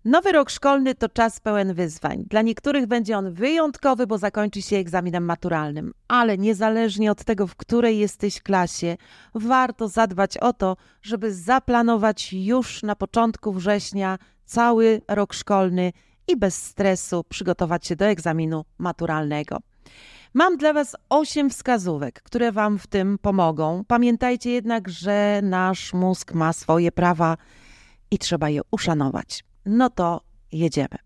Nowy rok szkolny to czas pełen wyzwań. Dla niektórych będzie on wyjątkowy, bo zakończy się egzaminem maturalnym. Ale niezależnie od tego, w której jesteś klasie, warto zadbać o to, żeby zaplanować już na początku września cały rok szkolny i bez stresu przygotować się do egzaminu maturalnego. Mam dla Was 8 wskazówek, które Wam w tym pomogą. Pamiętajcie jednak, że nasz mózg ma swoje prawa i trzeba je uszanować. No to jedziemy.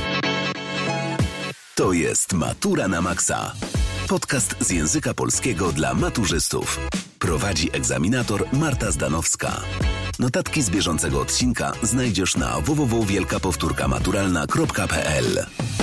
To jest Matura na Maksa. Podcast z języka polskiego dla maturzystów. Prowadzi egzaminator Marta Zdanowska. Notatki z bieżącego odcinka znajdziesz na www.wielkapowtórkamaturalna.pl.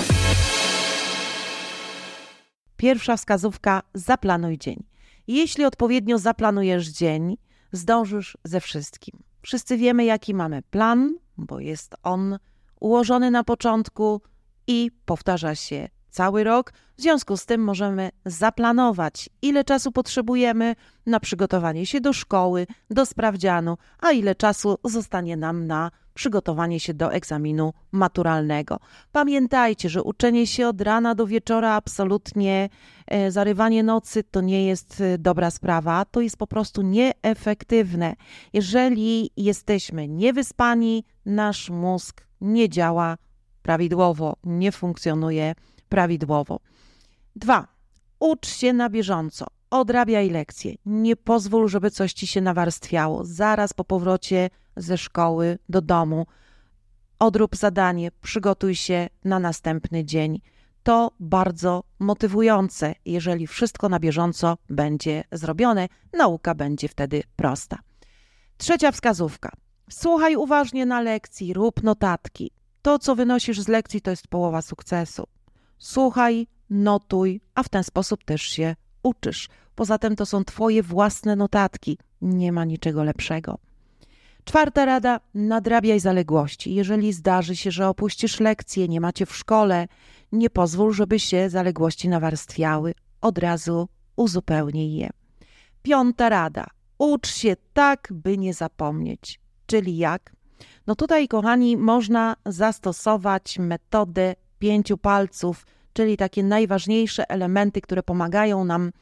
Pierwsza wskazówka: zaplanuj dzień. Jeśli odpowiednio zaplanujesz dzień, zdążysz ze wszystkim. Wszyscy wiemy, jaki mamy plan, bo jest on ułożony na początku i powtarza się cały rok. W związku z tym możemy zaplanować, ile czasu potrzebujemy na przygotowanie się do szkoły, do sprawdzianu, a ile czasu zostanie nam na przygotowanie się do egzaminu maturalnego. Pamiętajcie, że uczenie się od rana do wieczora, absolutnie zarywanie nocy to nie jest dobra sprawa, to jest po prostu nieefektywne. Jeżeli jesteśmy niewyspani, nasz mózg nie działa prawidłowo, nie funkcjonuje prawidłowo. 2. Ucz się na bieżąco. Odrabiaj lekcje. Nie pozwól, żeby coś ci się nawarstwiało. Zaraz po powrocie ze szkoły do domu odrób zadanie, przygotuj się na następny dzień. To bardzo motywujące. Jeżeli wszystko na bieżąco będzie zrobione, nauka będzie wtedy prosta. 3. wskazówka. Słuchaj uważnie na lekcji, rób notatki. To, co wynosisz z lekcji, to jest połowa sukcesu. Słuchaj, notuj, a w ten sposób też się uczysz. Poza tym to są twoje własne notatki. Nie ma niczego lepszego. 4. rada: nadrabiaj zaległości. Jeżeli zdarzy się, że opuścisz lekcję, nie macie w szkole, nie pozwól, żeby się zaległości nawarstwiały. Od razu uzupełnij je. 5. rada: ucz się tak, by nie zapomnieć. Czyli jak? No tutaj, kochani, można zastosować metodę 5 palców, czyli takie najważniejsze elementy, które pomagają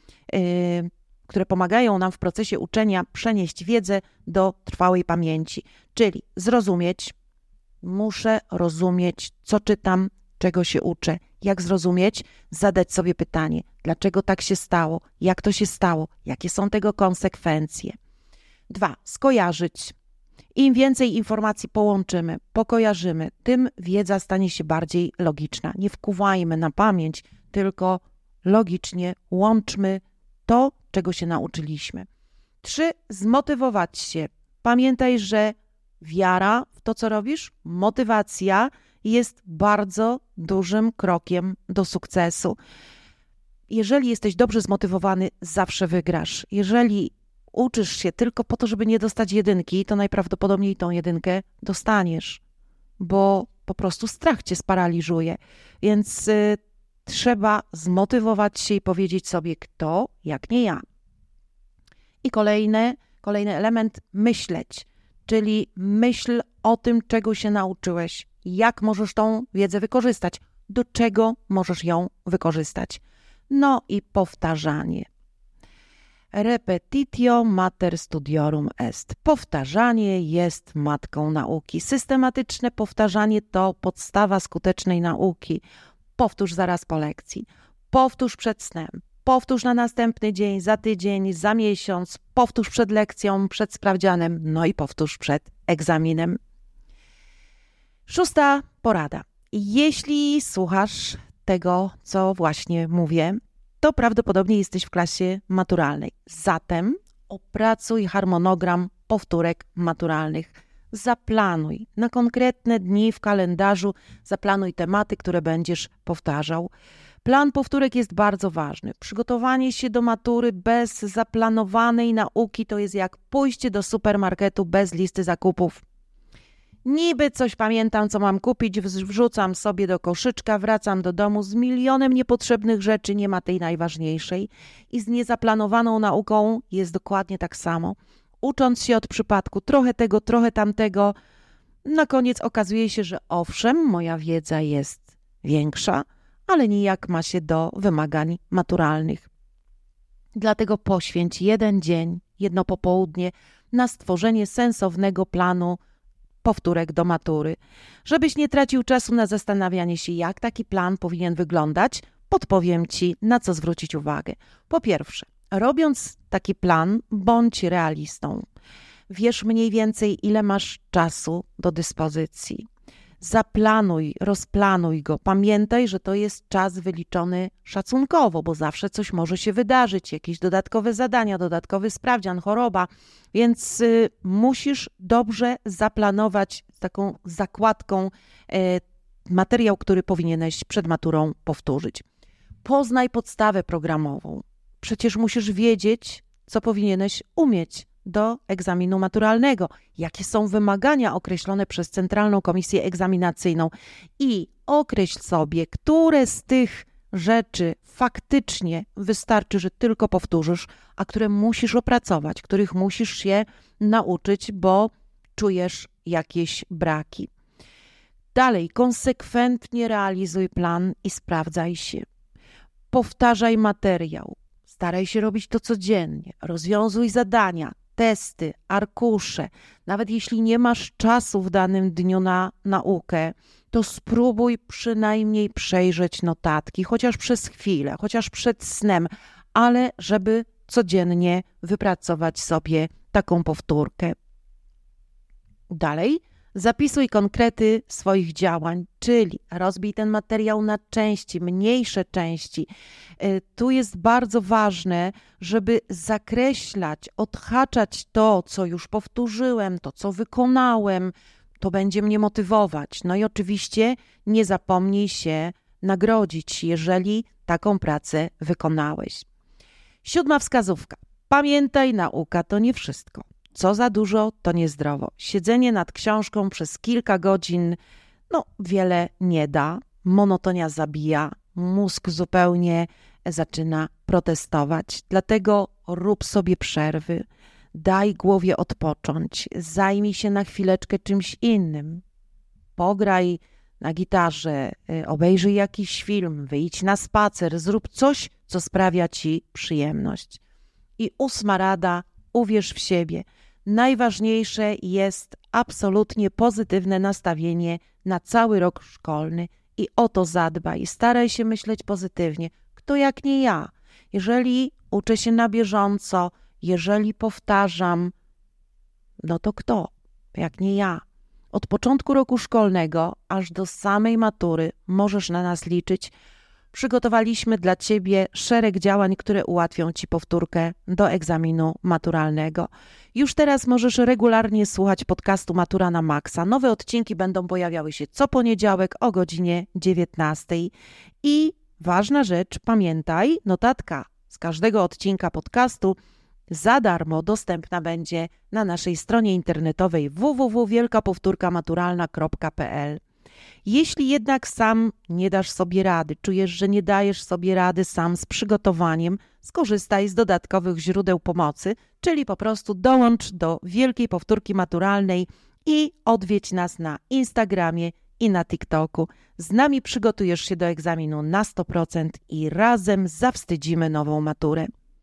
nam w procesie uczenia przenieść wiedzę do trwałej pamięci. Czyli zrozumieć, muszę rozumieć, co czytam, czego się uczę. Jak zrozumieć? Zadać sobie pytanie, dlaczego tak się stało, jak to się stało, jakie są tego konsekwencje. 2. Skojarzyć. Im więcej informacji połączymy, pokojarzymy, tym wiedza stanie się bardziej logiczna. Nie wkuwajmy na pamięć, tylko logicznie łączmy to, czego się nauczyliśmy. 3. Zmotywować się. Pamiętaj, że wiara w to, co robisz, motywacja jest bardzo dużym krokiem do sukcesu. Jeżeli jesteś dobrze zmotywowany, zawsze wygrasz. Jeżeli uczysz się tylko po to, żeby nie dostać 1, to najprawdopodobniej tą 1 dostaniesz, bo po prostu strach cię sparaliżuje. Więc trzeba zmotywować się i powiedzieć sobie, kto jak nie ja. I kolejny element: myśleć, czyli myśl o tym, czego się nauczyłeś, jak możesz tą wiedzę wykorzystać, do czego możesz ją wykorzystać. No i powtarzanie. Repetitio mater studiorum est. Powtarzanie jest matką nauki. Systematyczne powtarzanie to podstawa skutecznej nauki. Powtórz zaraz po lekcji, powtórz przed snem, powtórz na następny dzień, za tydzień, za miesiąc, powtórz przed lekcją, przed sprawdzianem, no i powtórz przed egzaminem. 6. porada. Jeśli słuchasz tego, co właśnie mówię, to prawdopodobnie jesteś w klasie maturalnej. Zatem opracuj harmonogram powtórek maturalnych. Zaplanuj na konkretne dni w kalendarzu, zaplanuj tematy, które będziesz powtarzał. Plan powtórek jest bardzo ważny. Przygotowanie się do matury bez zaplanowanej nauki to jest jak pójście do supermarketu bez listy zakupów. Niby coś pamiętam, co mam kupić, wrzucam sobie do koszyczka, wracam do domu z milionem niepotrzebnych rzeczy, nie ma tej najważniejszej. I z niezaplanowaną nauką jest dokładnie tak samo. Ucząc się od przypadku, trochę tego, trochę tamtego, Na koniec okazuje się, że owszem, moja wiedza jest większa, ale nijak ma się do wymagań maturalnych. Dlatego poświęć jeden dzień, jedno popołudnie na stworzenie sensownego planu powtórek do matury. Żebyś nie tracił czasu na zastanawianie się, jak taki plan powinien wyglądać, podpowiem Ci, na co zwrócić uwagę. Po pierwsze, robiąc taki plan, bądź realistą. Wiesz mniej więcej, ile masz czasu do dyspozycji. Zaplanuj, rozplanuj go. Pamiętaj, że to jest czas wyliczony szacunkowo, bo zawsze coś może się wydarzyć, jakieś dodatkowe zadania, dodatkowy sprawdzian, choroba, więc musisz dobrze zaplanować z taką zakładką materiał, który powinieneś przed maturą powtórzyć. Poznaj podstawę programową. Przecież musisz wiedzieć, co powinieneś umieć do egzaminu maturalnego, jakie są wymagania określone przez Centralną Komisję Egzaminacyjną i określ sobie, które z tych rzeczy faktycznie wystarczy, że tylko powtórzysz, a które musisz opracować, których musisz się nauczyć, bo czujesz jakieś braki. Dalej, konsekwentnie realizuj plan i sprawdzaj się. Powtarzaj materiał. Staraj się robić to codziennie. Rozwiązuj zadania, testy, arkusze. Nawet jeśli nie masz czasu w danym dniu na naukę, to spróbuj przynajmniej przejrzeć notatki, chociaż przez chwilę, chociaż przed snem, ale żeby codziennie wypracować sobie taką powtórkę. Dalej, zapisuj konkrety swoich działań, czyli rozbij ten materiał na części, mniejsze części. Tu jest bardzo ważne, żeby zakreślać, odhaczać to, co już powtórzyłem, to, co wykonałem. To będzie mnie motywować. No i oczywiście nie zapomnij się nagrodzić, jeżeli taką pracę wykonałeś. 7. wskazówka. Pamiętaj, nauka to nie wszystko. Co za dużo, to niezdrowo. Siedzenie nad książką przez kilka godzin, wiele nie da. Monotonia zabija. Mózg zupełnie zaczyna protestować. Dlatego rób sobie przerwy. Daj głowie odpocząć. Zajmij się na chwileczkę czymś innym. Pograj na gitarze, obejrzyj jakiś film, wyjdź na spacer, zrób coś, co sprawia Ci przyjemność. I 8. rada, uwierz w siebie. Najważniejsze jest absolutnie pozytywne nastawienie na cały rok szkolny i o to zadbaj. Staraj się myśleć pozytywnie. Kto jak nie ja? Jeżeli uczę się na bieżąco, jeżeli powtarzam, to kto jak nie ja? Od początku roku szkolnego aż do samej matury możesz na nas liczyć. Przygotowaliśmy dla Ciebie szereg działań, które ułatwią Ci powtórkę do egzaminu maturalnego. Już teraz możesz regularnie słuchać podcastu Matura na Maksa. Nowe odcinki będą pojawiały się co poniedziałek o godzinie 19. I ważna rzecz, pamiętaj, notatka z każdego odcinka podcastu za darmo dostępna będzie na naszej stronie internetowej www.wielkapowtórkamaturalna.pl. Jeśli jednak sam nie dasz sobie rady, czujesz, że nie dajesz sobie rady sam z przygotowaniem, skorzystaj z dodatkowych źródeł pomocy, czyli po prostu dołącz do Wielkiej Powtórki Maturalnej i odwiedź nas na Instagramie i na TikToku. Z nami przygotujesz się do egzaminu na 100% i razem zawstydzimy nową maturę.